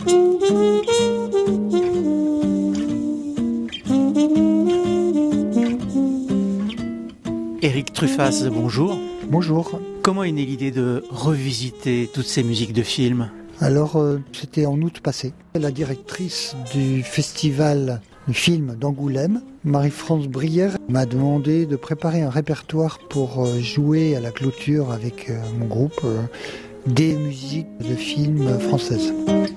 Éric Truffaz, bonjour. Bonjour. Comment est née l'idée de revisiter toutes ces musiques de films ? Alors, c'était en août passé. La directrice du festival du film d'Angoulême, Marie-France Brière, m'a demandé de préparer un répertoire pour jouer à la clôture avec mon groupe des musiques de films françaises.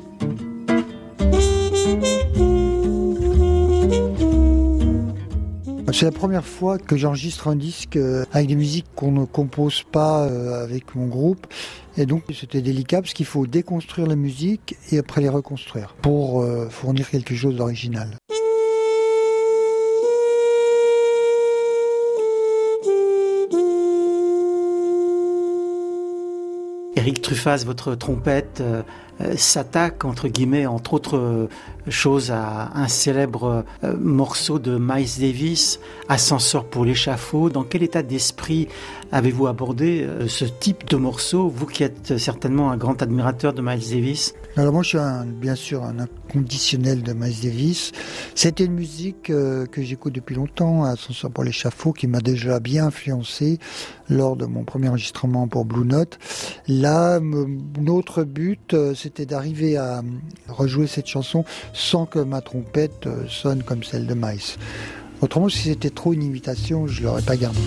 C'est la première fois que j'enregistre un disque avec des musiques qu'on ne compose pas avec mon groupe. Et donc c'était délicat parce qu'il faut déconstruire les musiques et après les reconstruire pour fournir quelque chose d'original. Éric Truffaz, votre trompette s'attaque, entre guillemets, entre autres choses, à un célèbre morceau de Miles Davis, Ascenseur pour l'échafaud. Dans quel état d'esprit avez-vous abordé ce type de morceau, vous qui êtes certainement un grand admirateur de Miles Davis ? Alors moi je suis bien sûr un inconditionnel de Miles Davis. C'était une musique que j'écoute depuis longtemps, Ascenseur pour l'échafaud, qui m'a déjà bien influencé lors de mon premier enregistrement pour Blue Note. Là, notre but, c'était d'arriver à rejouer cette chanson sans que ma trompette sonne comme celle de Miles. Autrement, si c'était trop une imitation, je ne l'aurais pas gardée.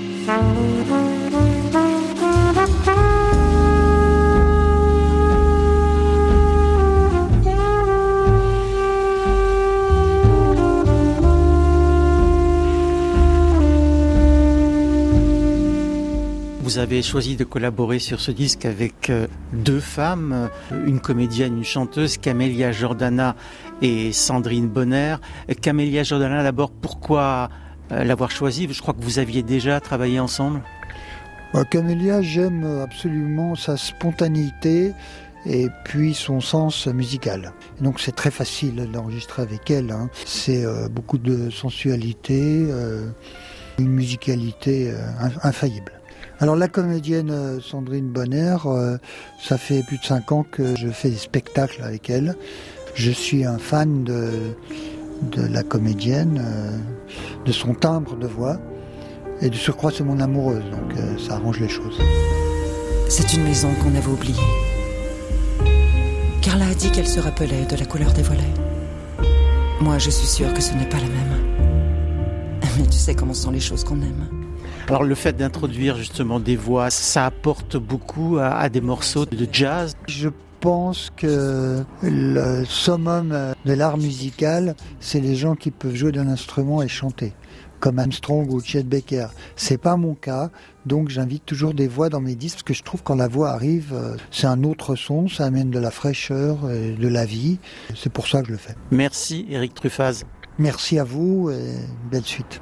Vous avez choisi de collaborer sur ce disque avec deux femmes, une comédienne, une chanteuse, Camélia Jordana et Sandrine Bonner. Camélia Jordana, d'abord, pourquoi l'avoir choisie ? Je crois que vous aviez déjà travaillé ensemble. Camélia, j'aime absolument sa spontanéité et puis son sens musical. Et donc c'est très facile d'enregistrer avec elle. C'est beaucoup de sensualité, une musicalité infaillible. Alors la comédienne Sandrine Bonner, ça fait plus de 5 ans que je fais des spectacles avec elle. Je suis un fan de la comédienne, de son timbre de voix, et de surcroît c'est mon amoureuse, donc ça arrange les choses. C'est une maison qu'on avait oubliée. Carla a dit qu'elle se rappelait de la couleur des volets. Moi je suis sûre que ce n'est pas la même. Mais tu sais comment sont les choses qu'on aime. Alors le fait d'introduire justement des voix, ça apporte beaucoup à des morceaux de jazz. Je pense que le summum de l'art musical, c'est les gens qui peuvent jouer d'un instrument et chanter, comme Armstrong ou Chet Baker. C'est pas mon cas, donc j'invite toujours des voix dans mes disques, parce que je trouve que quand la voix arrive, c'est un autre son, ça amène de la fraîcheur, de la vie. C'est pour ça que je le fais. Merci Éric Truffaz. Merci à vous et belle suite.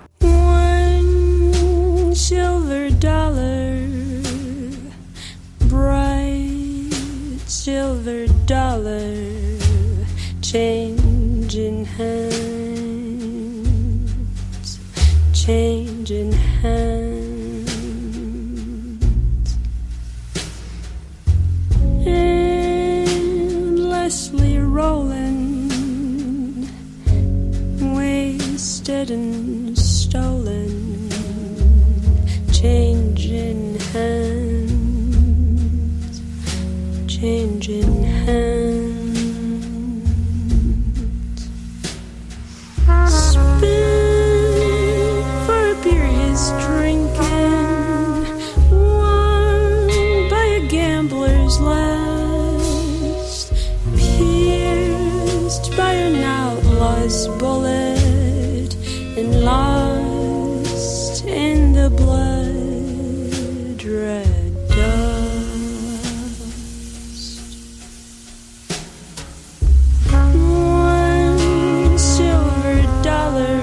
Silver dollar, bright silver dollar, changing hands, changing hands, endlessly rolling, wasted and stolen. Changing hands, changing hands. Spin for a beer he's drinking, won by a gambler's last, pierced by an outlaw's bullet, and lost in the blood. Red dust. One silver dollar,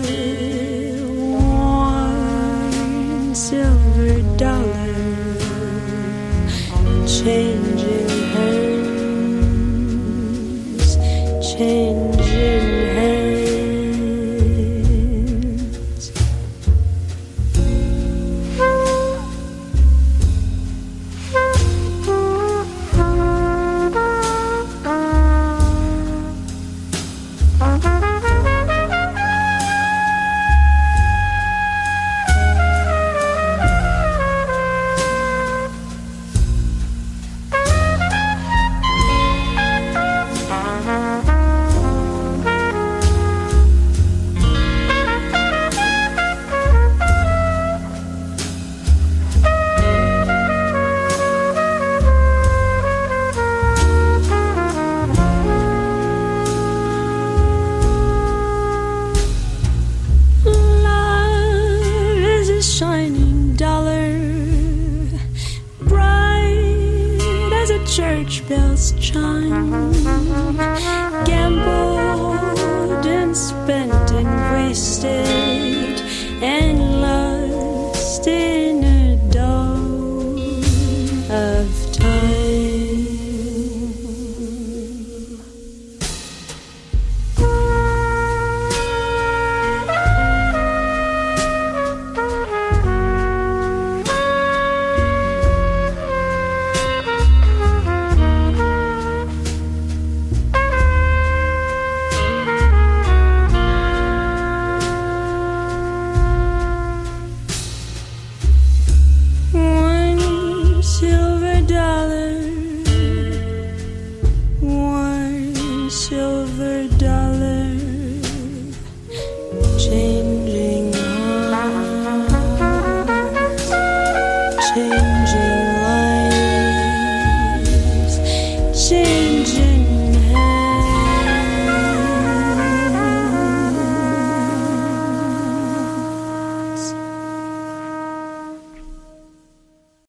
one silver dollar, changing hands, changing hands.